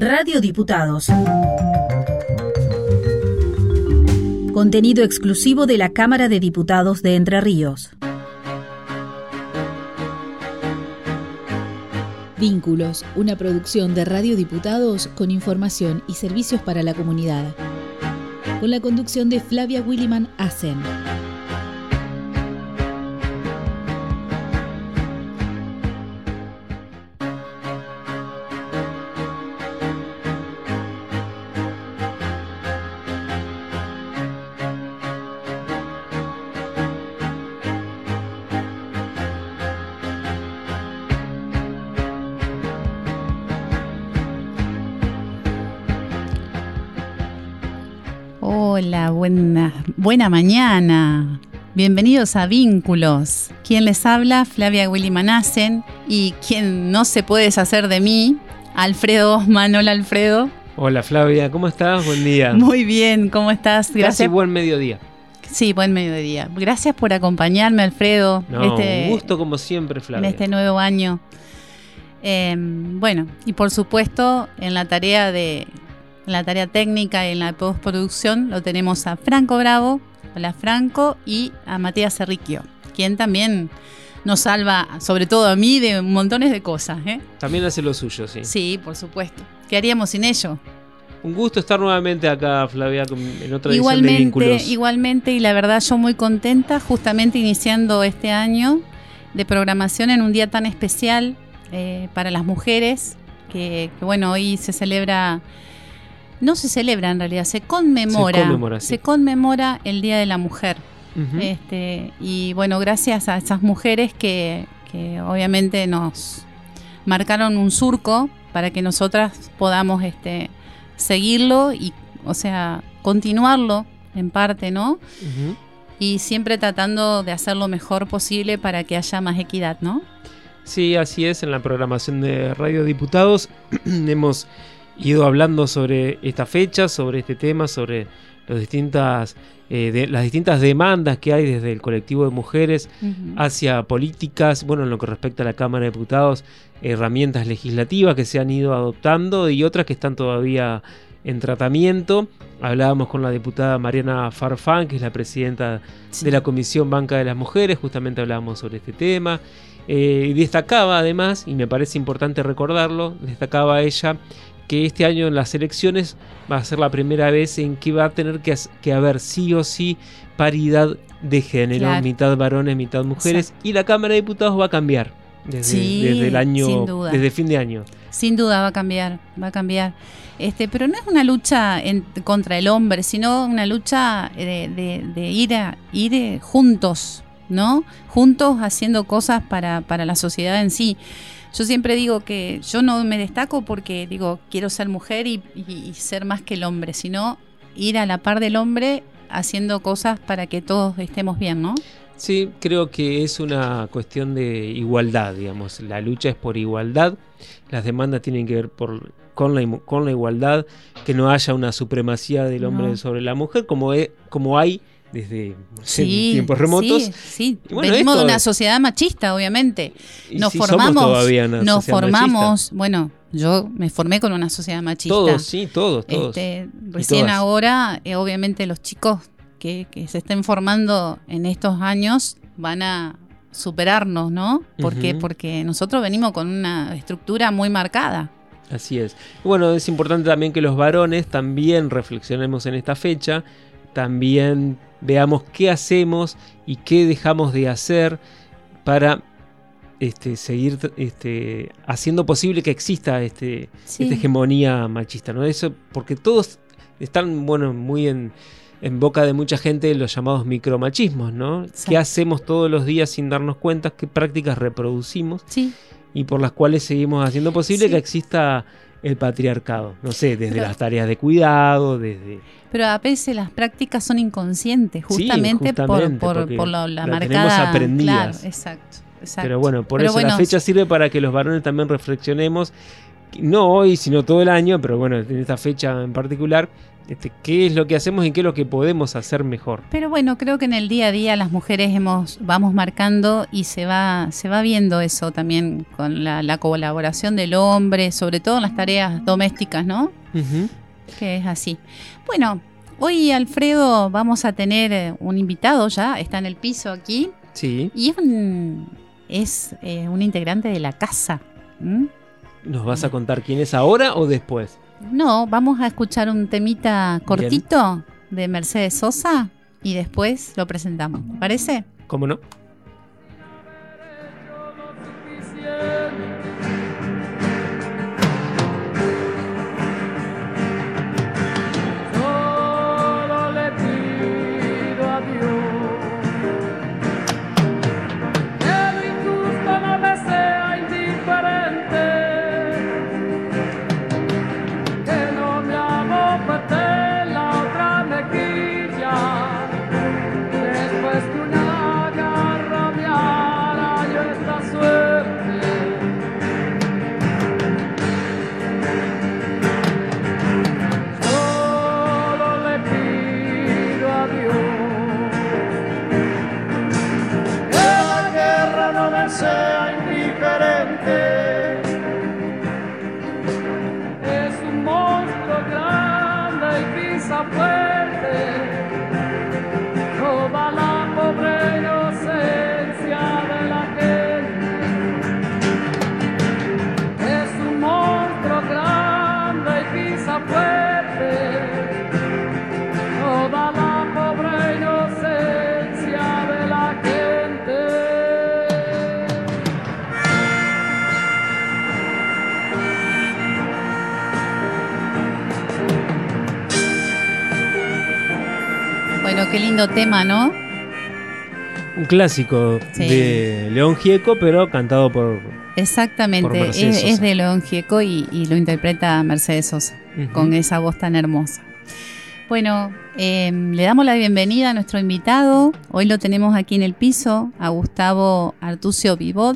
Radio Diputados. Contenido exclusivo de la Cámara de Diputados de Entre Ríos. Vínculos, una producción de Radio Diputados con información y servicios para la comunidad. Con la conducción de Flavia Williman Asen. Hola, buena mañana. Bienvenidos a Vínculos. Quien les habla, Flavia Williman Asen, y quien no se puede deshacer de mí, Alfredo Osman. Hola, Alfredo. Hola, Flavia, ¿cómo estás? Buen día. Muy bien, ¿cómo estás? Gracias. Casi buen mediodía. Sí, buen mediodía. Gracias por acompañarme, Alfredo. Un gusto como siempre, Flavia. En este nuevo año. Bueno, y por supuesto, en la tarea técnica y en la postproducción lo tenemos a Franco Bravo, hola Franco, y a Matías Cerricchio, quien también nos salva, sobre todo a mí, de montones de cosas. También hace lo suyo, sí. Sí, por supuesto. ¿Qué haríamos sin ello? Un gusto estar nuevamente acá, Flavia, en otra edición de Vínculos. Igualmente, y la verdad yo muy contenta, justamente iniciando este año de programación en un día tan especial para las mujeres, que bueno, hoy se celebra... No se celebra en realidad, se conmemora el Día de la Mujer. Uh-huh. Y bueno, gracias a esas mujeres que obviamente nos marcaron un surco para que nosotras podamos seguirlo y, o sea, continuarlo en parte, ¿no? Uh-huh. Y siempre tratando de hacer lo mejor posible para que haya más equidad, ¿no? Sí, así es. En la programación de Radio Diputados hemos ido hablando sobre esta fecha, sobre este tema, sobre las distintas demandas que hay desde el colectivo de mujeres uh-huh. hacia políticas, bueno, en lo que respecta a la Cámara de Diputados, herramientas legislativas que se han ido adoptando y otras que están todavía en tratamiento. Hablábamos con la diputada Mariana Farfán, que es la presidenta de la Comisión Banca de las Mujeres, justamente hablábamos sobre este tema. Destacaba además, y me parece importante recordarlo, destacaba ella que este año en las elecciones va a ser la primera vez en que va a tener que haber sí o sí paridad de género, claro. Mitad varones, mitad mujeres. Exacto. Y la Cámara de Diputados va a cambiar desde el año, sin duda. Desde fin de año. Sin duda va a cambiar. Pero no es una lucha contra el hombre, sino una lucha de ir juntos, ¿no? Juntos haciendo cosas para la sociedad en sí. Yo siempre digo que yo no me destaco porque digo quiero ser mujer y ser más que el hombre, sino ir a la par del hombre haciendo cosas para que todos estemos bien, ¿no? Sí, creo que es una cuestión de igualdad, digamos. La lucha es por igualdad, las demandas tienen que ver con la igualdad, que no haya una supremacía del hombre sobre la mujer, como hay desde tiempos remotos. Sí. Bueno, venimos de una sociedad machista, obviamente. Nos formamos. Bueno, yo me formé con una sociedad machista. Todos. Recién ahora, obviamente, los chicos que se estén formando en estos años van a superarnos, ¿no? ¿Por qué? Porque nosotros venimos con una estructura muy marcada. Así es. Bueno, es importante también que los varones también reflexionemos en esta fecha, también veamos qué hacemos y qué dejamos de hacer para seguir haciendo posible que exista esta hegemonía machista, ¿no? Eso porque todos están muy en boca de mucha gente los llamados micromachismos, ¿no? Sí. ¿Qué hacemos todos los días sin darnos cuenta? ¿Qué prácticas reproducimos? Sí. Y por las cuales seguimos haciendo posible que exista el patriarcado, no sé, desde las tareas de cuidado, Pero a veces las prácticas son inconscientes, justamente por la marcada... tenemos aprendidas. Claro, exacto. Pero bueno, la fecha sirve para que los varones también reflexionemos, no hoy, sino todo el año, pero bueno, en esta fecha en particular, qué es lo que hacemos y qué es lo que podemos hacer mejor. Pero bueno, creo que en el día a día las mujeres vamos marcando y se va viendo eso también con la colaboración del hombre, sobre todo en las tareas domésticas, ¿no? Uh-huh. Que es así. Bueno, hoy, Alfredo, vamos a tener un invitado ya, está en el piso aquí. Sí. Y es un integrante de la casa. ¿Mm? ¿Nos vas a contar quién es ahora o después? No, vamos a escuchar un temita cortito de Mercedes Sosa y después lo presentamos. ¿Te parece? ¿Cómo no? Sea indiferente. Es un monstruo grande y pisa fuerte toda la pobre inocencia de la gente. Es un monstruo grande y pisa fuerte toda la pobre inocencia de la gente. Bueno, qué lindo tema, ¿no? Un clásico Sí. de León Gieco, pero cantado por Exactamente, por Mercedes Sosa. es de León Gieco y lo interpreta Mercedes Sosa, con esa voz tan hermosa. Bueno, le damos la bienvenida a nuestro invitado. Hoy lo tenemos aquí en el piso, a Gustavo Artucio Vigot.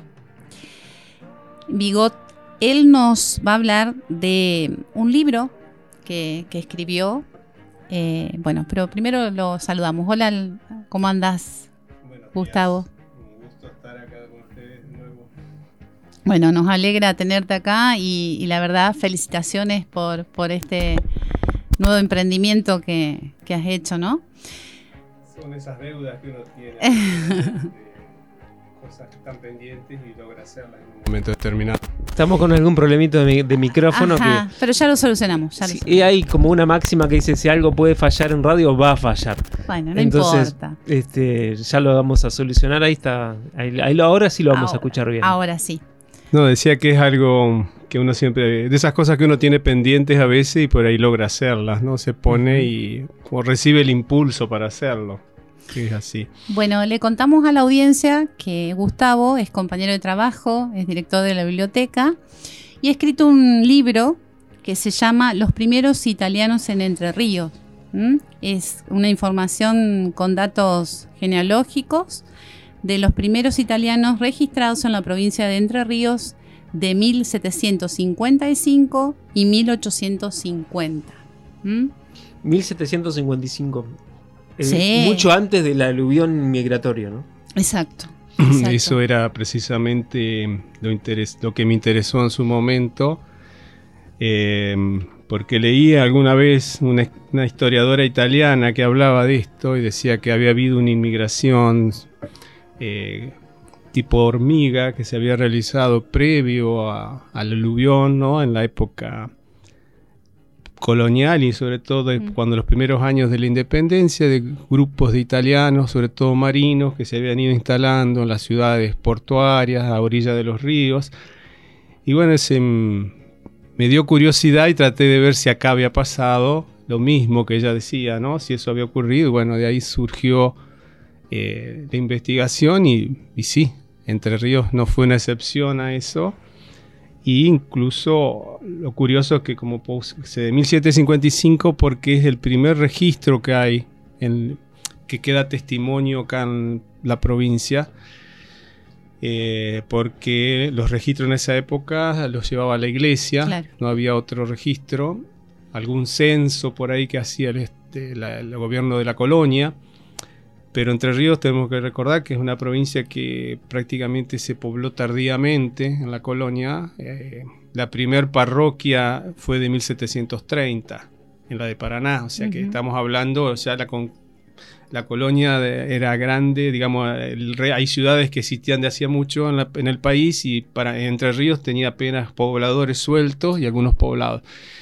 Él nos va a hablar de un libro que escribió. Bueno, pero primero lo saludamos. Hola, ¿cómo andás, Gustavo? Un gusto estar acá con ustedes de nuevo. Bueno, nos alegra tenerte acá y la verdad, felicitaciones por este nuevo emprendimiento que has hecho, ¿no? Son esas deudas que uno tiene, cosas que están pendientes y logra hacerlas en un momento determinado. Estamos con algún problemito de micrófono. Ajá, pero ya lo solucionamos. Sí, y hay como una máxima que dice: si algo puede fallar en radio, va a fallar. Bueno, no Entonces, importa. Ya lo vamos a solucionar. Ahí está. Ahora sí lo vamos a escuchar bien. Ahora sí. No, decía que es algo que uno siempre, de esas cosas que uno tiene pendientes a veces y por ahí logra hacerlas, ¿no? Se pone y o recibe el impulso para hacerlo. Que es así. Bueno, le contamos a la audiencia que Gustavo es compañero de trabajo, es director de la biblioteca y ha escrito un libro que se llama Los primeros italianos en Entre Ríos. Es una información con datos genealógicos de los primeros italianos registrados en la provincia de Entre Ríos de 1755 y 1850. 1755. Sí. Mucho antes del aluvión migratorio, ¿no? Exacto. Eso era precisamente lo que me interesó en su momento, porque leí alguna vez una historiadora italiana que hablaba de esto y decía que había habido una inmigración tipo hormiga que se había realizado previo al aluvión, ¿no? En la época colonial y sobre todo cuando los primeros años de la independencia, de grupos de italianos, sobre todo marinos, que se habían ido instalando en las ciudades portuarias a orilla de los ríos. Y bueno, me dio curiosidad y traté de ver si acá había pasado lo mismo que ella decía, ¿no? Si eso había ocurrido. Bueno, de ahí surgió la investigación y sí, Entre Ríos no fue una excepción a eso. Y incluso lo curioso es que como puse de 1755 porque es el primer registro que hay que queda testimonio acá en la provincia, porque los registros en esa época los llevaba la iglesia, claro. No había otro registro algún censo por ahí que hacía el gobierno de la colonia. Pero Entre Ríos tenemos que recordar que es una provincia que prácticamente se pobló tardíamente en la colonia. La primer parroquia fue de 1730, en la de Paraná, o sea que estamos hablando, o sea, la colonia era grande, digamos, hay ciudades que existían de hacía mucho en el país, y Entre Ríos tenía apenas pobladores sueltos y algunos poblados.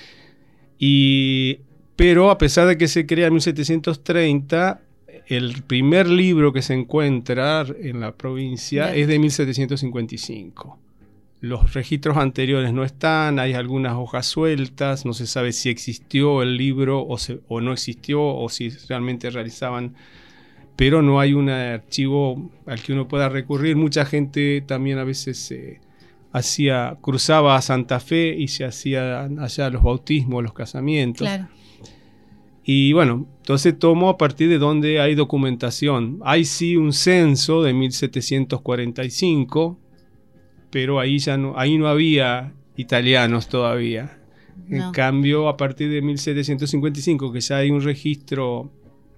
Pero a pesar de que se crea en 1730, el primer libro que se encuentra en la provincia es de 1755. Los registros anteriores no están, hay algunas hojas sueltas, no se sabe si existió el libro o no existió, o si realmente realizaban, pero no hay un archivo al que uno pueda recurrir. Mucha gente también a veces cruzaba a Santa Fe y se hacían allá los bautismos, los casamientos. Claro. Y bueno, entonces tomo a partir de donde hay documentación. Hay sí un censo de 1745, pero ahí no había italianos todavía. No. En cambio, a partir de 1755, que ya hay un registro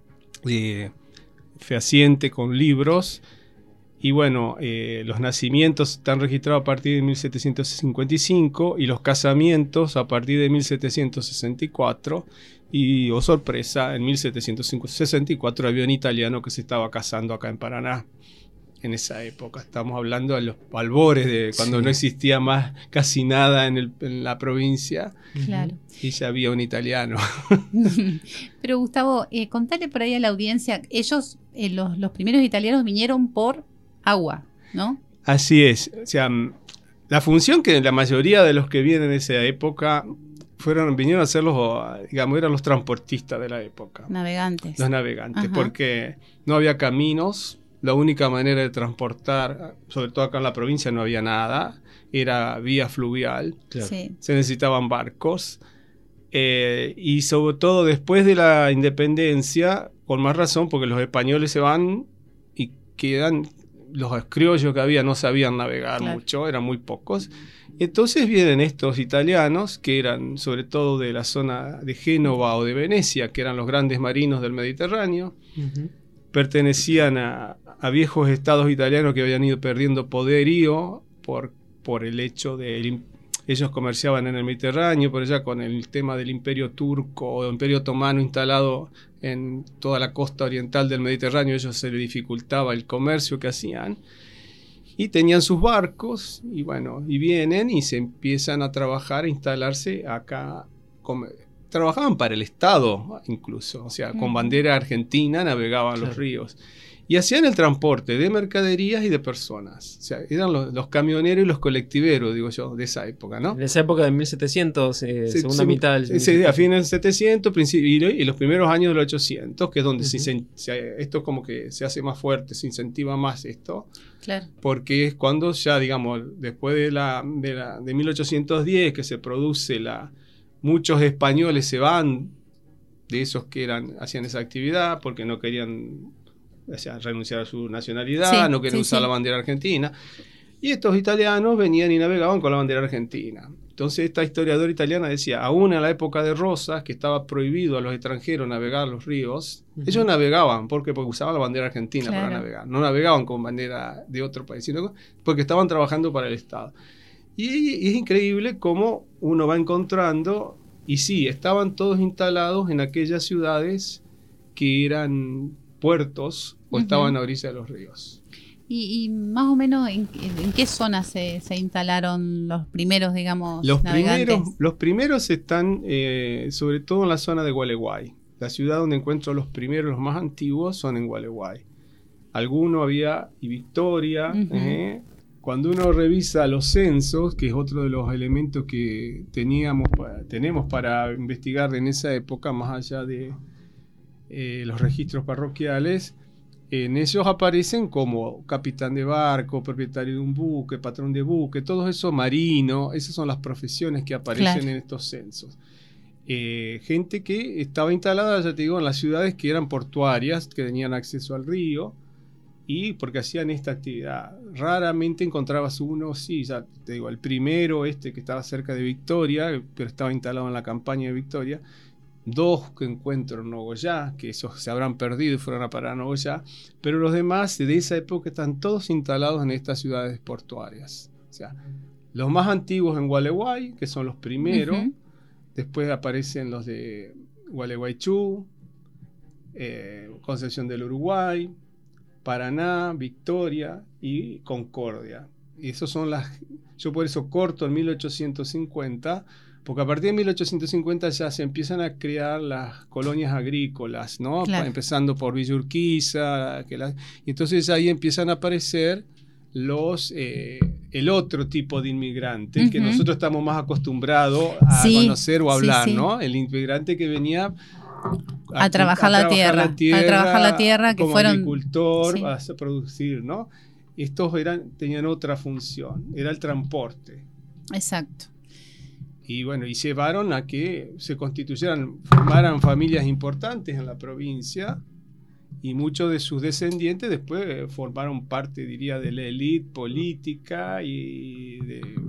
fehaciente con libros, y bueno, los nacimientos están registrados a partir de 1755 y los casamientos a partir de 1764. Y, oh sorpresa, en 1764 había un italiano que se estaba casando acá en Paraná. En esa época, estamos hablando de los albores de cuando no existía más casi nada en la provincia. Claro. Y ya había un italiano. Pero Gustavo, contale por ahí a la audiencia, ellos, los primeros italianos vinieron por agua, ¿no? Así es. O sea, la función que la mayoría de los que vienen en esa época vinieron a ser eran los transportistas de la época. Navegantes. Los navegantes, porque no había caminos. La única manera de transportar, sobre todo acá en la provincia no había nada, era vía fluvial. Claro. Sí. Se necesitaban barcos. Y sobre todo después de la independencia, con más razón, porque los españoles se van y quedan, los criollos que había no sabían navegar mucho, eran muy pocos. Entonces vienen estos italianos, que eran sobre todo de la zona de Génova o de Venecia, que eran los grandes marinos del Mediterráneo. Pertenecían a viejos estados italianos que habían ido perdiendo poderío por el hecho de ellos comerciaban en el Mediterráneo, por allá con el tema del Imperio Turco o Imperio Otomano instalado en toda la costa oriental del Mediterráneo. A ellos se les dificultaba el comercio que hacían y tenían sus barcos y bueno, y vienen y se empiezan a trabajar, a instalarse acá. Trabajaban para el Estado incluso, o sea, con bandera argentina navegaban los ríos y hacían el transporte de mercaderías y de personas. O sea, eran los camioneros y los colectiveros, digo yo, de esa época, ¿no? En esa época de 1700, segunda mitad del 1700. A fines del 700 y los primeros años del 800, que es donde esto como que se hace más fuerte, se incentiva más esto. Claro. Porque es cuando ya, digamos, después de 1810 que se produce muchos españoles se van de esos que hacían esa actividad porque no querían renunciar a su nacionalidad, no querían usar la bandera argentina. Y estos italianos venían y navegaban con la bandera argentina. Entonces esta historiadora italiana decía, aún en la época de Rosas, que estaba prohibido a los extranjeros navegar los ríos, ellos navegaban porque usaban la bandera argentina para navegar. No navegaban con bandera de otro país, sino porque estaban trabajando para el Estado. Y es increíble cómo uno va encontrando, y sí, estaban todos instalados en aquellas ciudades que eran puertos o estaban a orilla de los ríos. ¿Y más o menos en qué zonas se instalaron los primeros, digamos, navegantes? Los primeros están sobre todo en la zona de Gualeguay. La ciudad donde encuentro los primeros, los más antiguos, son en Gualeguay. Alguno había y Victoria. Cuando uno revisa los censos, que es otro de los elementos que tenemos para investigar en esa época, más allá de los registros parroquiales, en ellos aparecen como capitán de barco, propietario de un buque, patrón de buque, todo eso marino. Esas son las profesiones que aparecen en estos censos. Gente que estaba instalada, ya te digo, en las ciudades que eran portuarias, que tenían acceso al río. y porque hacían esta actividad. Raramente encontrabas uno, sí, ya te digo, el primero, que estaba cerca de Victoria, pero estaba instalado en la campaña de Victoria. 2 que encuentro en Nogoyá, que esos se habrán perdido y fueron a parar a Nogoyá, pero los demás de esa época están todos instalados en estas ciudades portuarias. O sea, los más antiguos en Gualeguay, que son los primeros, después aparecen los de Gualeguaychú, Concepción del Uruguay, Paraná, Victoria y Concordia. Y esos son yo por eso corto en 1850, porque a partir de 1850 ya se empiezan a crear las colonias agrícolas, ¿no? Claro. Empezando por Villa Urquiza, y entonces ahí empiezan a aparecer el otro tipo de inmigrante, que nosotros estamos más acostumbrados a conocer o hablar, ¿no? El inmigrante que venía a trabajar la tierra, que como fueron agricultor, a producir, ¿no? Estos tenían otra función, era el transporte. Exacto. Y bueno, y llevaron a que se formaran familias importantes en la provincia, y muchos de sus descendientes después formaron parte, diría, de la élite política y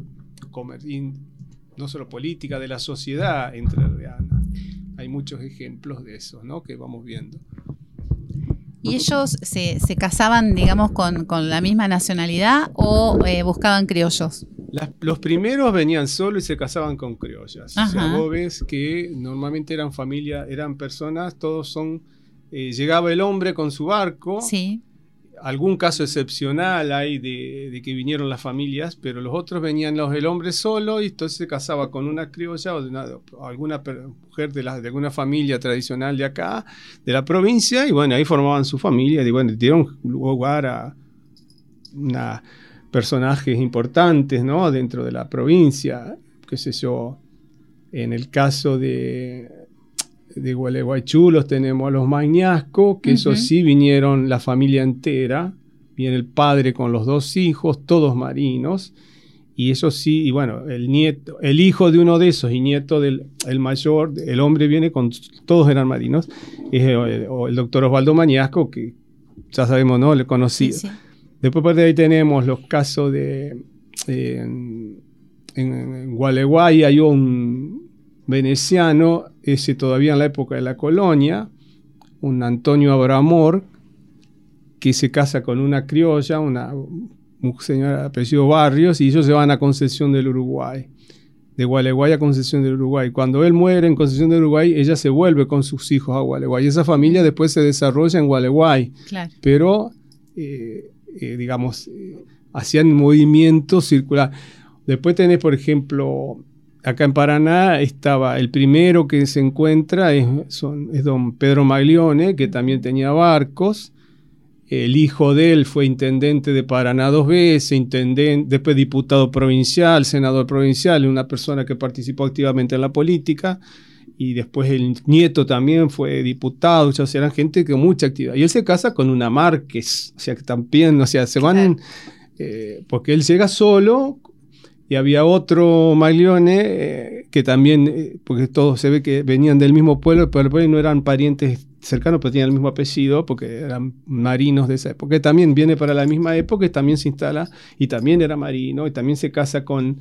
no solo política, de la sociedad entrerriana. Hay muchos ejemplos de eso, ¿no? Que vamos viendo. ¿Y ellos se casaban, digamos, con la misma nacionalidad o buscaban criollos? Los primeros venían solos y se casaban con criollas. Ajá. O sea, vos ves que normalmente eran familia, eran personas, todos son... llegaba el hombre con su barco. Sí. Algún caso excepcional hay de que vinieron las familias, pero los otros venían el hombre solo, y entonces se casaba con una criolla o alguna mujer de alguna familia tradicional de acá, de la provincia, y bueno, ahí formaban su familia, y bueno, dieron lugar a personajes importantes, ¿no? Dentro de la provincia, qué sé yo, en el caso de Gualeguaychú los tenemos a los Mañasco, que esos sí vinieron la familia entera, viene el padre con los 2 hijos, todos marinos, y eso sí, y bueno, el hijo de uno de esos y nieto del mayor, el hombre viene todos eran marinos, es el doctor Osvaldo Mañasco, que ya sabemos, ¿no? Le conocí. Sí. Después de ahí tenemos los casos en Gualeguay hay un veneciano, ese todavía en la época de la colonia, un Antonio Abramor, que se casa con una criolla, una señora de apellido Barrios, y ellos se van a Concepción del Uruguay, de Gualeguay a Concepción del Uruguay. Cuando él muere en Concepción del Uruguay, ella se vuelve con sus hijos a Gualeguay. Esa familia después se desarrolla en Gualeguay, claro. Pero, hacían movimiento circular. Después tenés, por ejemplo... Acá en Paraná estaba el primero que se encuentra, es don Pedro Maglione, que también tenía barcos. El hijo de él fue intendente de Paraná 2 veces, después diputado provincial, senador provincial, una persona que participó activamente en la política. Y después el nieto también fue diputado, o sea, eran gente con mucha actividad. Y él se casa con una Márquez, o sea, que también, o sea, se van, porque él llega solo. Y había otro Maglione que también, porque todos se ve que venían del mismo pueblo, pero no eran parientes cercanos, pero tenían el mismo apellido, porque eran marinos de esa época. También viene para la misma época y también se instala, y también era marino, y también se casa con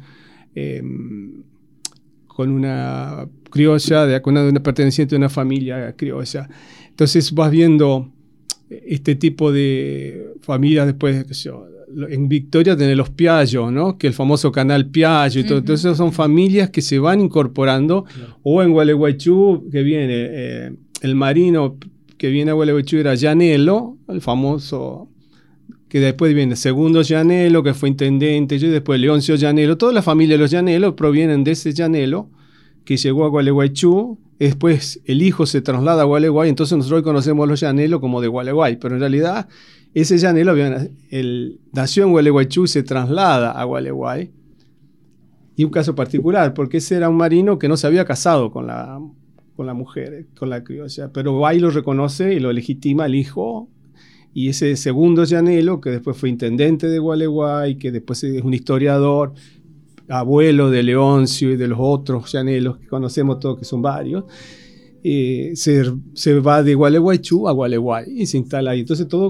una criolla, una perteneciente a una familia criolla. Entonces vas viendo este tipo de familias después, qué sé yo. En Victoria tenés los Piaggio, ¿no? Que el famoso canal Piaggio y todo. Entonces son familias que se van incorporando. O en Gualeguaychú, que viene el marino que viene a Gualeguaychú era Llanelo, el famoso, que después viene segundo Llanelo, que fue intendente, y después Leoncio Llanelo. Toda la familia de los Llanelo provienen de ese Llanelo que llegó a Gualeguaychú. Después el hijo se traslada a Gualeguay, entonces nosotros hoy conocemos a los Llanelo como de Gualeguay, pero en realidad ese Llanelo nació en Gualeguaychú y se traslada a Gualeguay. Y un caso particular, porque ese era un marino que no se había casado con la mujer, con la criolla, pero Guay lo reconoce y lo legitima el hijo. Y ese segundo Llanelo, que después fue intendente de Gualeguay, que después es un historiador, abuelo de Leoncio y de los otros Llanelos que conocemos todos, que son varios, se va de Gualeguaychú a Gualeguay y se instala ahí. Entonces todo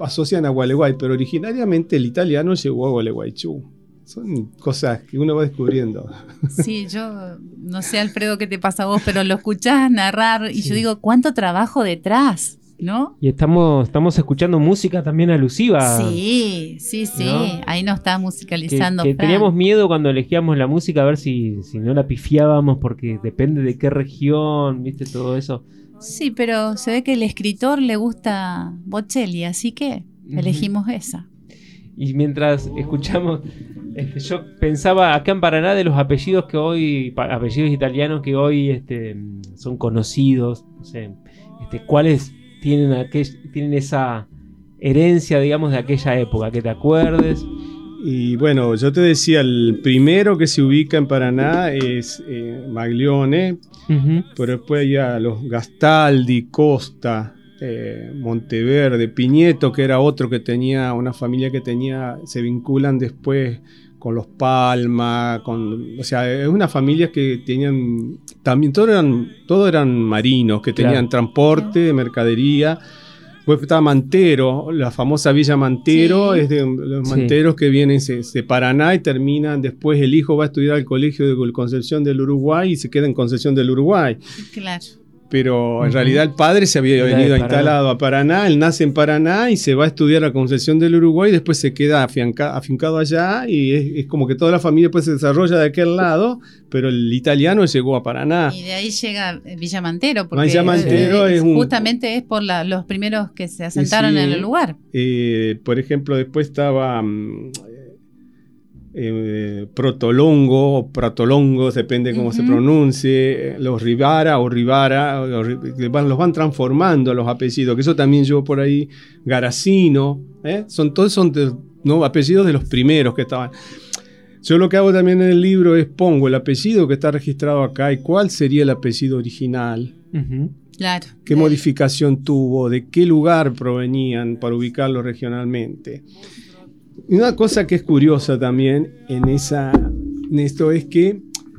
asocian a Gualeguay, pero originariamente el italiano llegó a Gualeguaychú. Son cosas que uno va descubriendo. Sí, yo no sé, Alfredo, qué te pasa a vos, pero lo escuchás narrar y yo digo, ¿cuánto trabajo detrás? ¿No? Y estamos escuchando música también alusiva. Sí, ¿no? Ahí nos está musicalizando. Que teníamos miedo cuando elegíamos la música a ver si no la pifiábamos porque depende de qué región, ¿viste? Todo eso. Sí, pero se ve que el escritor le gusta Bocelli, así que elegimos esa. Y mientras escuchamos, yo pensaba acá en Paraná de los apellidos que hoy, apellidos italianos que hoy son conocidos, no sé, cuáles tienen esa herencia, digamos, de aquella época, que te acuerdes. Y bueno, yo te decía, el primero que se ubica en Paraná es Maglione, pero después ya los Gastaldi, Costa, Monteverde, Piñeto, que era otro que tenía una familia se vinculan después con los Palma, o sea, es una familia que tenían, también todos eran marinos, que tenían transporte, mercadería. Pues estaba Mantero, la famosa Villa Mantero, es de los manteros que vienen de Paraná y terminan, después el hijo va a estudiar al colegio de Concepción del Uruguay y se queda en Concepción del Uruguay. Claro. Pero en realidad el padre se había venido instalado a Paraná, él nace en Paraná y se va a estudiar a Concepción del Uruguay y después se queda afincado allá y es como que toda la familia pues se desarrolla de aquel lado, pero el italiano llegó a Paraná. Y de ahí llega Villa Mantero, porque Villa Mantero justamente es por los primeros que se asentaron en el lugar. Por ejemplo, después estaba Protolongo o Pratolongo, depende cómo se pronuncie, los Rivara los van transformando los apellidos, que eso también llevo por ahí, Garacino, son apellidos de los primeros que estaban. Yo lo que hago también en el libro es pongo el apellido que está registrado acá y cuál sería el apellido original. Claro. ¿Qué modificación tuvo? ¿De qué lugar provenían para ubicarlo regionalmente? Y una cosa que es curiosa también en esto es que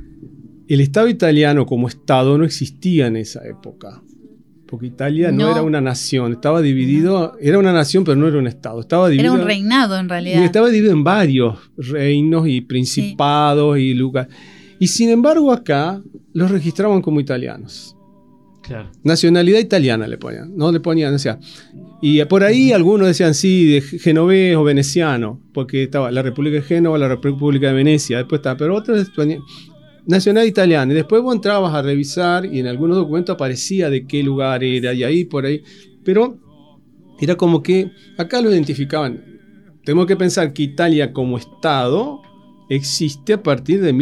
el Estado italiano como Estado no existía en esa época. Porque Italia no era una nación, estaba dividido, era una nación pero no era un Estado. Estaba dividido, era un reinado en realidad. Y estaba dividido en varios reinos y principados y lugares. Y sin embargo acá los registraban como italianos. Claro. Nacionalidad italiana le ponían, o sea, y por ahí algunos decían sí, de genovés o veneciano, porque estaba la República de Génova, la República de Venecia, después estaba, pero otros ponían nacionalidad italiana, y después vos entrabas a revisar y en algunos documentos aparecía de qué lugar era, y ahí por ahí, pero era como que acá lo identificaban. Tenemos que pensar que Italia como Estado existe a partir de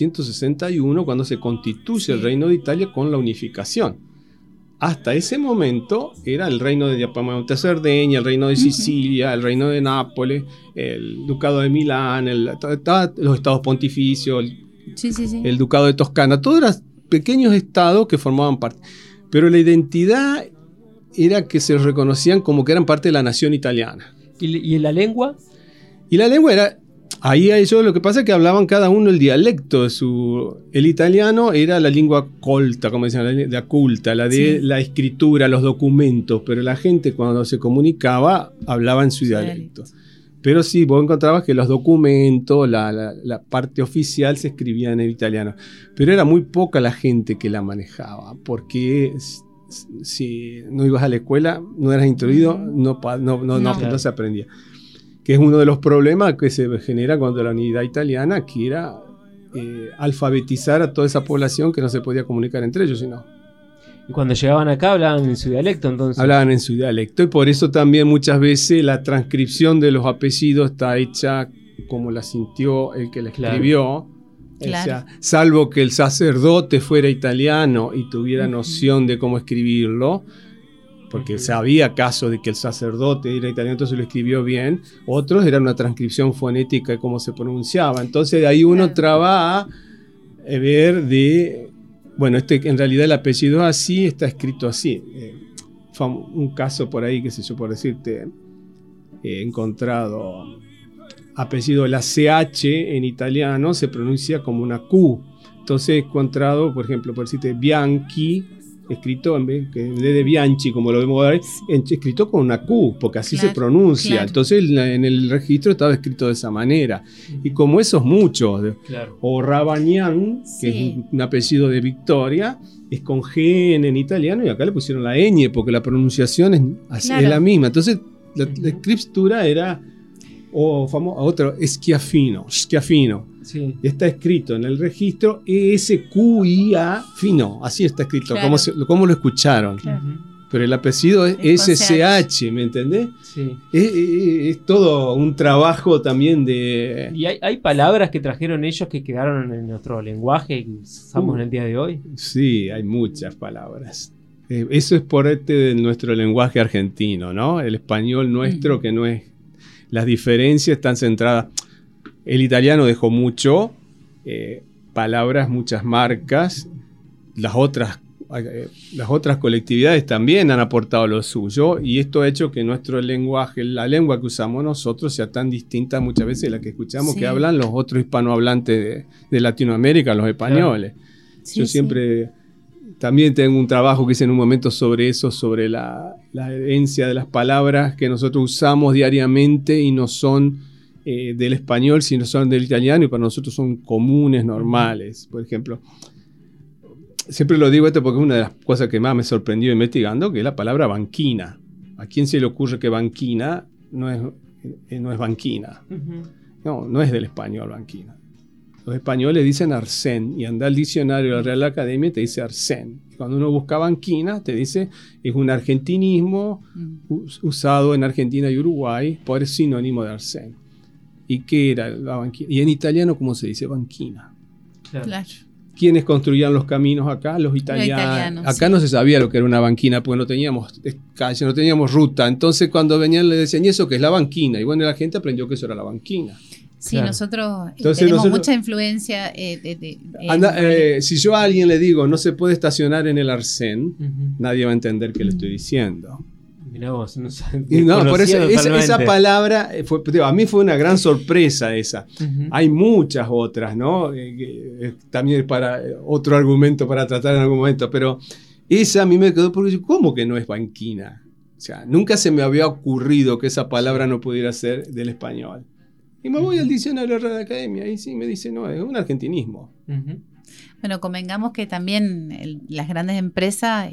1861, cuando se constituye el Reino de Italia con la unificación. Hasta ese momento era el reino de Diapamonte, Cerdeña, el reino de Sicilia, el reino de Nápoles, el ducado de Milán, los estados pontificios, el ducado de Toscana, todos eran pequeños estados que formaban parte. Pero la identidad era que se reconocían como que eran parte de la nación italiana. ¿Y la lengua? Y la lengua era... Ahí ellos lo que pasa es que hablaban cada uno el dialecto. El italiano era la lengua colta, como decían, la culta, la de la escritura, los documentos, pero la gente cuando se comunicaba hablaba en su dialecto. Pero sí, vos encontrabas que los documentos, la parte oficial se escribía en el italiano. Pero era muy poca la gente que la manejaba, porque si no ibas a la escuela, no eras instruido, no se aprendía. Que es uno de los problemas que se genera cuando la unidad italiana, que era alfabetizar a toda esa población que no se podía comunicar entre ellos, sino. Y cuando llegaban acá hablaban en su dialecto, entonces. Hablaban en su dialecto, y por eso también muchas veces la transcripción de los apellidos está hecha como la sintió el que la escribió. Claro. O sea, salvo que el sacerdote fuera italiano y tuviera noción de cómo escribirlo, porque sabía caso de que el sacerdote era italiano, entonces lo escribió bien. Otros era una transcripción fonética de cómo se pronunciaba. Entonces de ahí uno traba a ver bueno, en realidad el apellido es así, está escrito así. Un caso por ahí, qué sé yo, por decirte, he encontrado apellido, la CH en italiano se pronuncia como una Q. Entonces he encontrado, por ejemplo, por decirte Bianchi, escrito en vez de Bianchi, como lo vemos ahora, escrito con una Q, porque así se pronuncia. Claro. Entonces en el registro estaba escrito de esa manera. Y como esos muchos, o Rabanian, que es un apellido de Victoria, es con G en italiano, y acá le pusieron la ñ, porque la pronunciación es la misma. Entonces la escritura era otro Schiaffino. Sí. Está escrito en el registro ESQIA fino, así está escrito, como lo escucharon. Claro. Pero el apellido es SCH, ¿me entendés? Sí. Es todo un trabajo también de... ¿Y hay palabras que trajeron ellos que quedaron en nuestro lenguaje que usamos en el día de hoy? Sí, hay muchas palabras. Eso es por de nuestro lenguaje argentino, ¿no? El español nuestro, que no es... Las diferencias están centradas... El italiano dejó mucho, palabras, muchas marcas. Las otras colectividades también han aportado lo suyo, y esto ha hecho que nuestro lenguaje, la lengua que usamos nosotros, sea tan distinta muchas veces de la que escuchamos que hablan los otros hispanohablantes de Latinoamérica, los españoles. Sí, yo siempre también tengo un trabajo que hice en un momento sobre eso, sobre la herencia de las palabras que nosotros usamos diariamente y no son del español, sino son del italiano, y para nosotros son comunes, normales. Por ejemplo, siempre lo digo esto porque es una de las cosas que más me sorprendió investigando, que es la palabra banquina. ¿A quién se le ocurre que banquina no es banquina? No es del español banquina. Los españoles dicen arsén, y anda al diccionario de la Real Academia y te dice arsén. Cuando uno busca banquina, te dice es un argentinismo usado en Argentina y Uruguay por sinónimo de arsén. ¿Y qué era la banquina? Y en italiano, ¿cómo se dice? Banquina. Claro. ¿Quiénes construían los caminos acá? Los italianos. Acá no se sabía lo que era una banquina, porque no teníamos calle, no teníamos ruta. Entonces, cuando venían, le decían, ¿y eso qué es la banquina? Y bueno, la gente aprendió que eso era la banquina. Sí, nosotros tenemos mucha influencia. Si yo a alguien le digo, no se puede estacionar en el arsén, nadie va a entender qué le estoy diciendo. Mirá vos, por eso esa palabra a mí fue una gran sorpresa esa. Hay muchas otras, ¿no? También para otro argumento para tratar en algún momento, pero esa a mí me quedó porque ¿cómo que no es banquina? O sea, nunca se me había ocurrido que esa palabra no pudiera ser del español. Y me voy al diccionario de la Real Academia y sí me dice, no, es un argentinismo. Bueno, convengamos que también las grandes empresas,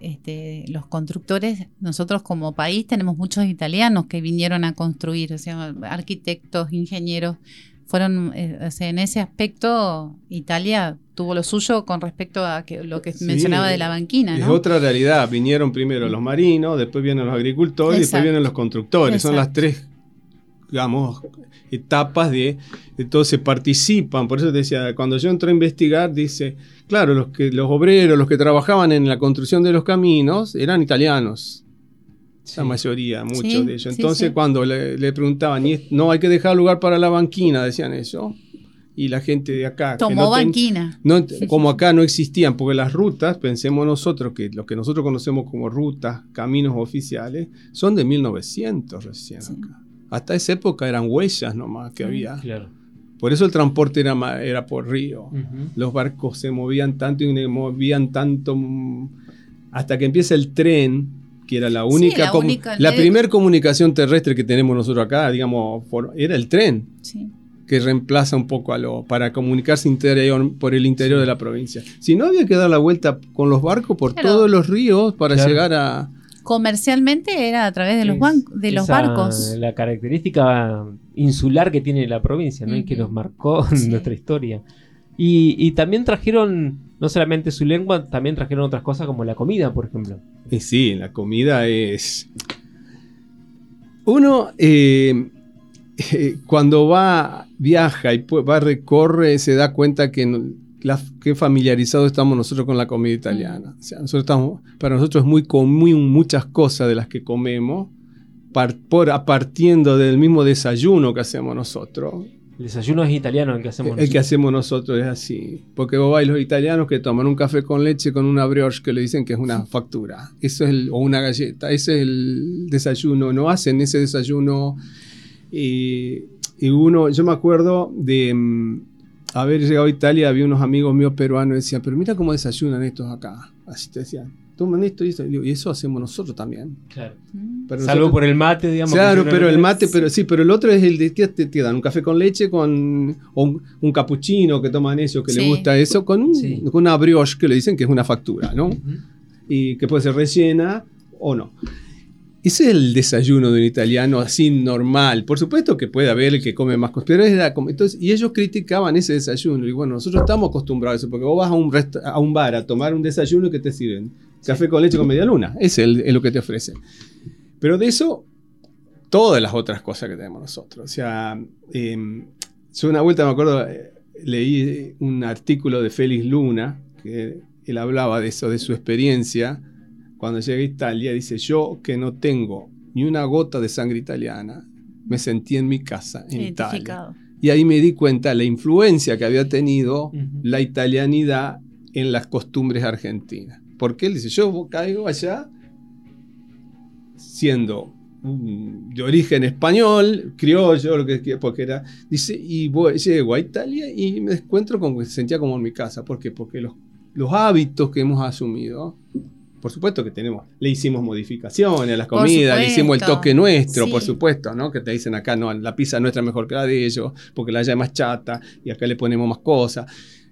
los constructores, nosotros como país tenemos muchos italianos que vinieron a construir, o sea, arquitectos, ingenieros, fueron, en ese aspecto Italia tuvo lo suyo con respecto a lo que mencionaba de la banquina, ¿no? Es otra realidad, vinieron primero los marinos, después vienen los agricultores y después vienen los constructores, son las tres, digamos, etapas de todos se participan. Por eso te decía, cuando yo entré a investigar, dice, claro, los obreros, los que trabajaban en la construcción de los caminos, eran italianos. La mayoría, muchos de ellos. Entonces, cuando le preguntaban, no hay que dejar lugar para la banquina, decían eso. Y la gente de acá... Tomó banquina. Como acá no existían, porque las rutas, pensemos nosotros, que lo que nosotros conocemos como rutas, caminos oficiales, son de 1900 recién acá. Hasta esa época eran huellas nomás que había. Claro. Por eso el transporte era por río. Los barcos se movían tanto y movían tanto hasta que empieza el tren, que era la única la primera comunicación terrestre que tenemos nosotros acá, digamos, era el tren. Sí. Que reemplaza un poco para comunicarse por el interior de la provincia. Si no, había que dar la vuelta con los barcos por todos los ríos para llegar a... Comercialmente era a través de los barcos. La característica insular que tiene la provincia, ¿no? Y que nos marcó en nuestra historia. Y también trajeron, no solamente su lengua, también trajeron otras cosas como la comida, por ejemplo. Sí, la comida es... Uno, cuando viaja y recorre, se da cuenta que... qué familiarizados estamos nosotros con la comida italiana. O sea, para nosotros es muy común muchas cosas de las que comemos partiendo del mismo desayuno que hacemos nosotros. El desayuno es italiano el que hacemos nosotros. El que hacemos nosotros es así. Porque vos vais los italianos que toman un café con leche con una brioche que le dicen que es una factura. Eso es o una galleta. Ese es el desayuno. No hacen ese desayuno. Yo me acuerdo de... haber llegado a Italia, había unos amigos míos peruanos y decían, pero mira cómo desayunan estos acá. Así te decían, toman esto y eso. Y eso hacemos nosotros también. Claro. Pero Salvo nosotros, por el mate, digamos. claro, que pero el mate, pero el otro es el de que te dan un café con leche o un capuchino que toman ellos, que Sí. les gusta eso, con una brioche que le dicen que es una factura, ¿no? Ujú. Y que puede ser rellena o no. Ese es el desayuno de un italiano así normal. Por supuesto que puede haber el que come más cosas, pero entonces, y ellos criticaban ese desayuno. Y bueno, nosotros estamos acostumbrados a eso, porque vos vas a un bar a tomar un desayuno y que te sirven café con leche con media luna. Ese es lo que te ofrecen. Pero de eso, todas las otras cosas que tenemos nosotros. O sea, yo una vuelta me acuerdo, leí un artículo de Félix Luna, que él hablaba de eso, de su experiencia. Cuando llegué a Italia, dice, yo que no tengo ni una gota de sangre italiana, me sentí en mi casa, en Italia. Y ahí me di cuenta de la influencia que había tenido la italianidad en las costumbres argentinas. Porque él dice, yo caigo allá siendo de origen español, criollo, lo que porque era, dice, y llego a Italia y me encuentro con que se sentía como en mi casa. ¿Por qué? Porque los hábitos que hemos asumido, por supuesto que le hicimos modificaciones a las comidas, le hicimos el toque nuestro, sí. Por supuesto, ¿no? Que te dicen acá, no, la pizza nuestra es mejor que la de ellos, porque la allá es más chata y acá le ponemos más cosas,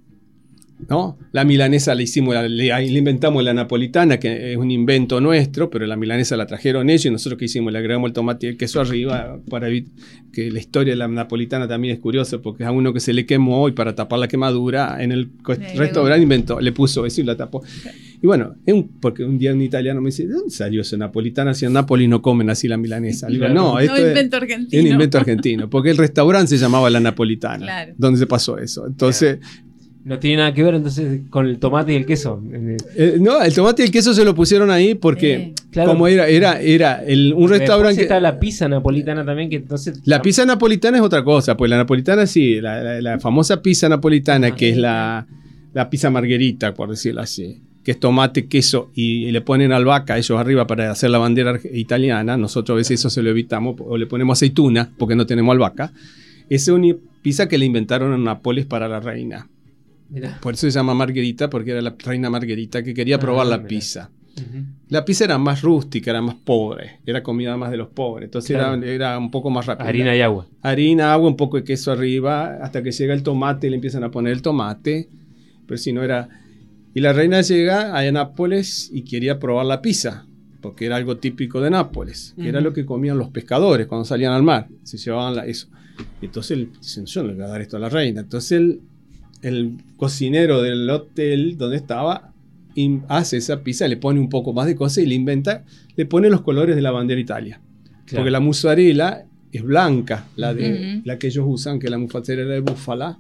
¿no? La milanesa le inventamos la napolitana, que es un invento nuestro, pero la milanesa la trajeron ellos y nosotros que hicimos, le agregamos el tomate y el queso arriba, para que la historia de la napolitana también es curiosa, porque a uno que se le quemó y para tapar la quemadura, en el restaurante le puso eso y la tapó. Y bueno, porque un día un italiano me dice, ¿de dónde salió esa napolitana? Si en Nápoles no comen así la milanesa. Le digo, no, esto es invento argentino. un invento argentino, porque el restaurante se llamaba La Napolitana, claro. donde se pasó eso. Entonces... No tiene nada que ver entonces con el tomate y el queso. No, el tomate y el queso se lo pusieron ahí porque claro, como era un restaurante... Está la pizza napolitana también, que entonces... La pizza napolitana es otra cosa, pues la napolitana sí, la famosa pizza napolitana, que es la pizza margherita, por decirlo así, que es tomate, queso y le ponen albahaca ellos arriba para hacer la bandera italiana. Nosotros a veces eso se lo evitamos o le ponemos aceituna porque no tenemos albahaca. Esa es una pizza que le inventaron en Nápoles para la reina. Mirá. Por eso se llama Margherita, porque era la reina Margherita que quería probar la pizza. La pizza era más rústica, era más pobre, era comida más de los pobres, entonces era un poco más rápida. Harina y agua. Harina, agua, un poco de queso arriba, hasta que llega el tomate, le empiezan a poner el tomate, pero si no era... Y la reina llega a Nápoles y quería probar la pizza, porque era algo típico de Nápoles, que era lo que comían los pescadores cuando salían al mar, se llevaban eso. Entonces dicen, yo no le voy a dar esto a la reina. Entonces el cocinero del hotel donde estaba hace esa pizza, le pone un poco más de cosas y le pone los colores de la bandera Italia. Claro. Porque la mozzarella es blanca, la que ellos usan, que es la mozzarella de búfala,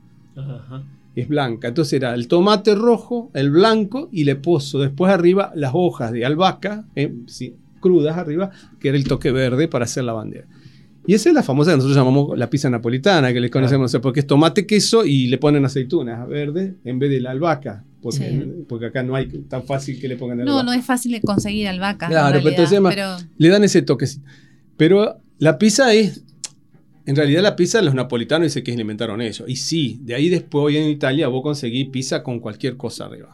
es blanca. Entonces era el tomate rojo, el blanco, y le puso después arriba las hojas de albahaca, crudas arriba, que era el toque verde para hacer la bandera. Y esa es la famosa que nosotros llamamos la pizza napolitana, que les conocemos, porque es tomate, queso y le ponen aceitunas verdes en vez de la albahaca. Porque acá no hay tan fácil que le pongan albahaca. No es fácil de conseguir albahaca. Claro, pero entonces le dan ese toque. Pero la pizza en realidad la pizza los napolitanos dicen que inventaron ellos. Y sí, de ahí después hoy en Italia vos conseguís pizza con cualquier cosa arriba.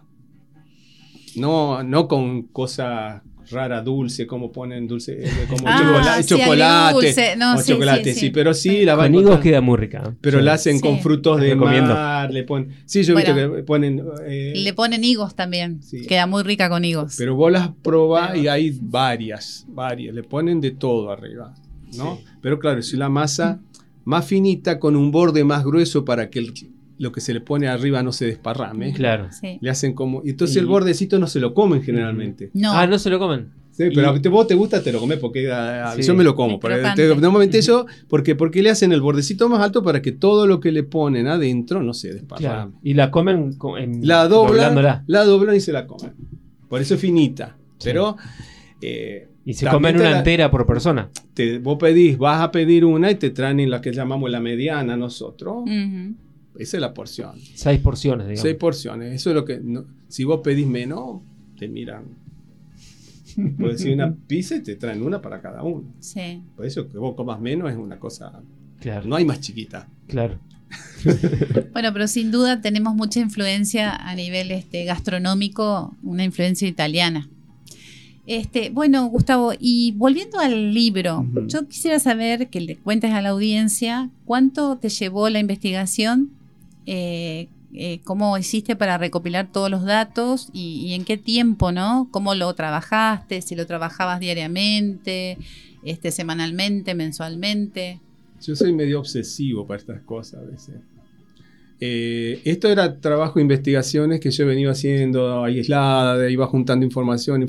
No con cosas rara, dulce, como ponen dulce, como chocolate, sí, pero sí la con higos queda muy rica. Pero la hacen con frutos de mar, le ponen, yo he visto que ponen le ponen higos también, queda muy rica con higos. Pero vos las probás y hay varias, le ponen de todo arriba, ¿no? Sí. Pero claro, si la masa más finita con un borde más grueso para que lo que se le pone arriba no se desparrame. Claro. Sí. Le hacen como... Y entonces el bordecito no se lo comen generalmente. No. No se lo comen. Sí, pero vos te gusta, te lo comes porque yo me lo como. Normalmente yo... ¿Por qué le hacen el bordecito más alto? Para que todo lo que le ponen adentro no se desparrame. Claro. Y la comen la doblan y se la comen. Por eso es finita. Sí. Pero... y se comen una entera por persona. Vos vas a pedir una y te traen la que llamamos la mediana nosotros. Esa es la porción. 6 porciones, digamos. 6 porciones. Eso es lo que... si vos pedís menos, te miran. Puedes decir una pizza y te traen una para cada uno. Sí. Por eso que vos comas menos es una cosa... Claro. No hay más chiquita. Claro. Bueno, pero sin duda tenemos mucha influencia a nivel gastronómico, una influencia italiana. Bueno, Gustavo, y volviendo al libro, yo quisiera saber que le cuentes a la audiencia cuánto te llevó la investigación, cómo hiciste para recopilar todos los datos y en qué tiempo, ¿no? ¿Cómo lo trabajaste? Si lo trabajabas diariamente, semanalmente, mensualmente. Yo soy medio obsesivo para estas cosas a veces. Esto era trabajo de investigaciones que yo he venido haciendo aislada, iba juntando información,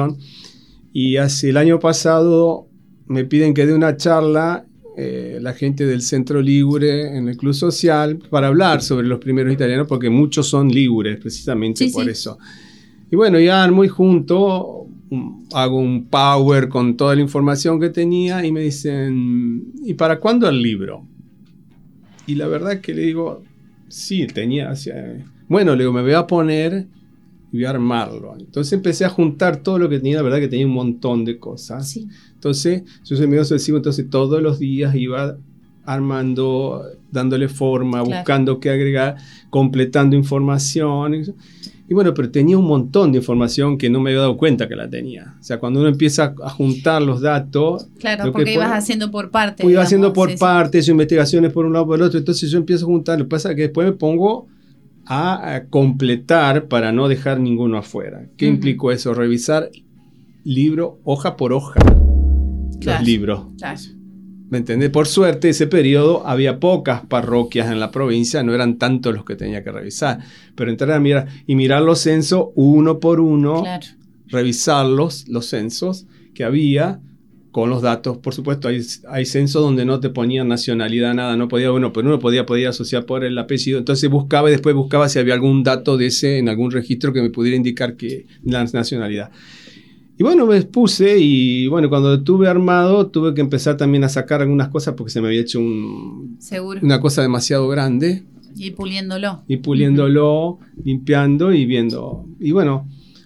y hace el año pasado me piden que dé una charla la gente del Centro Ligure en el Club Social para hablar sobre los primeros italianos, porque muchos son ligures precisamente por eso. Y bueno, ya muy junto, hago un power con toda la información que tenía y me dicen, ¿y para cuándo el libro? Y la verdad que le digo, sí, tenía... Bueno, le digo, me voy a poner y voy a armarlo. Entonces empecé a juntar todo lo que tenía, la verdad que tenía un montón de cosas. Sí. Entonces, yo soy medio obsesivo, entonces todos los días iba armando, dándole forma, buscando qué agregar, completando información. Y bueno, pero tenía un montón de información que no me había dado cuenta que la tenía. O sea, cuando uno empieza a juntar los datos... Claro, porque ibas haciendo por partes. Iba haciendo por partes, investigaciones por un lado por el otro. Entonces yo empiezo a juntar. Lo que pasa es que después me pongo a completar para no dejar ninguno afuera. ¿Qué implicó eso? Revisar libro, hoja por hoja. Los libros. Claro. ¿Me entendés? Por suerte, ese periodo había pocas parroquias en la provincia, no eran tantos los que tenía que revisar. Pero entrar a mirar los censos uno por uno, revisarlos, los censos que había con los datos. Por supuesto, hay censos donde no te ponían nacionalidad, nada, no podía, bueno, pero uno podía asociar por el apellido. Entonces buscaba y después buscaba si había algún dato de ese en algún registro que me pudiera indicar que la nacionalidad. Y bueno, me puse y bueno, cuando lo tuve armado, tuve que empezar también a sacar algunas cosas porque se me había hecho una cosa demasiado grande. Y puliéndolo. Limpiando y viendo. Y bueno,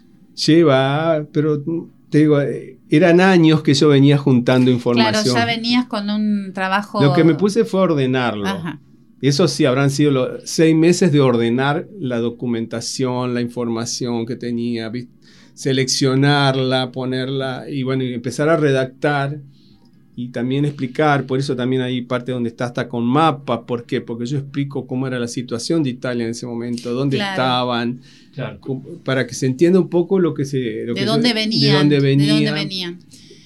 pero te digo, eran años que yo venía juntando información. Claro, ya venías con un trabajo... Lo que me puse fue ordenarlo. Ajá. Eso sí, habrán sido los 6 meses de ordenar la documentación, la información que tenía, ¿viste? Seleccionarla, ponerla y bueno, y empezar a redactar y también explicar. Por eso también hay parte donde está hasta con mapas. ¿Por qué? Porque yo explico cómo era la situación de Italia en ese momento, dónde estaban, para que se entienda un poco de dónde venían.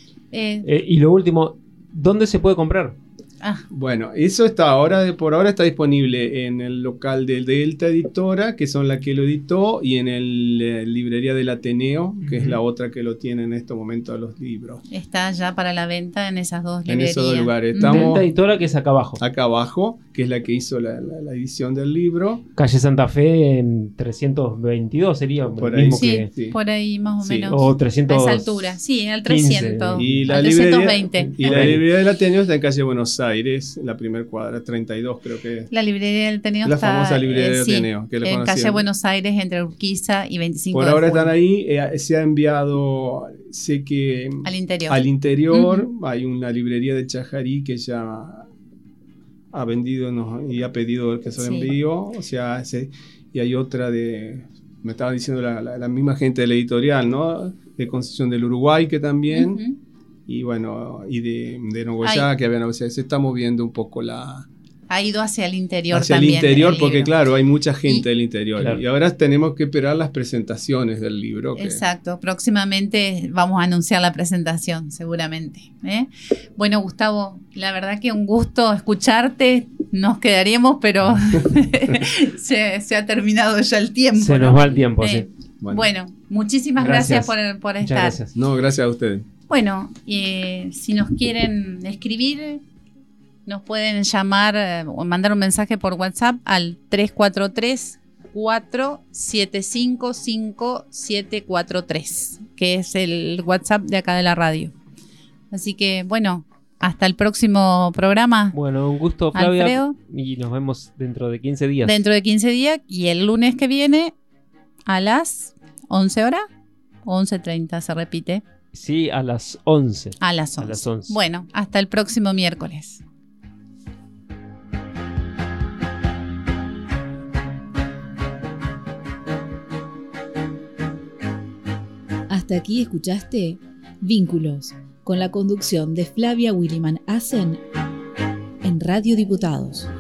Y lo último, ¿dónde se puede comprar? Bueno, eso por ahora está disponible en el local de Delta Editora, que son la que lo editó, y en el librería del Ateneo, que es la otra que lo tiene en este momento los libros. Está ya para la venta en esas dos librerías. En esos dos lugares. Delta Editora, que es acá abajo. Acá abajo, que es la que hizo la edición del libro. Calle Santa Fe en 322 sería por ahí, mismo por ahí más o menos. O 300. A esa altura, sí, al 300. Y la 320. Y la librería del Ateneo está en calle Buenos Aires, la primera cuadra, 32 creo que es. La librería del Ateneo está... La famosa librería del Ateneo. Que en calle Buenos Aires, entre Urquiza y 25 por ahora están ahí, se ha enviado, sé que... Al interior hay una librería de Chajarí que ya ha vendido y ha pedido que se lo envío, o sea, y hay otra me estaba diciendo la misma gente de la editorial, ¿no? De Concepción del Uruguay, que también, y bueno, y de Nogoyá, que había negociado. Se está moviendo un poco ha ido hacia el interior también. Hacia el interior, porque claro, hay mucha gente del interior. Claro. Y ahora tenemos que esperar las presentaciones del libro. Exacto, próximamente vamos a anunciar la presentación, seguramente. Bueno, Gustavo, la verdad que un gusto escucharte. Nos quedaríamos, pero se ha terminado ya el tiempo. Se nos va el tiempo, sí. Bueno, muchísimas gracias por estar. Gracias. No, gracias a ustedes. Bueno, si nos quieren escribir, nos pueden llamar o mandar un mensaje por WhatsApp al 343-475-5743, que es el WhatsApp de acá de la radio. Así que, bueno, hasta el próximo programa. Bueno, un gusto, Flavia. Alfredo. Y nos vemos dentro de 15 días. Dentro de 15 días y el lunes que viene a las 11 horas o 11:30 se repite. Sí, a las 11. A las 11. Bueno, hasta el próximo miércoles. Hasta aquí escuchaste Vínculos, con la conducción de Flavia Williman Assen en Radio Diputados.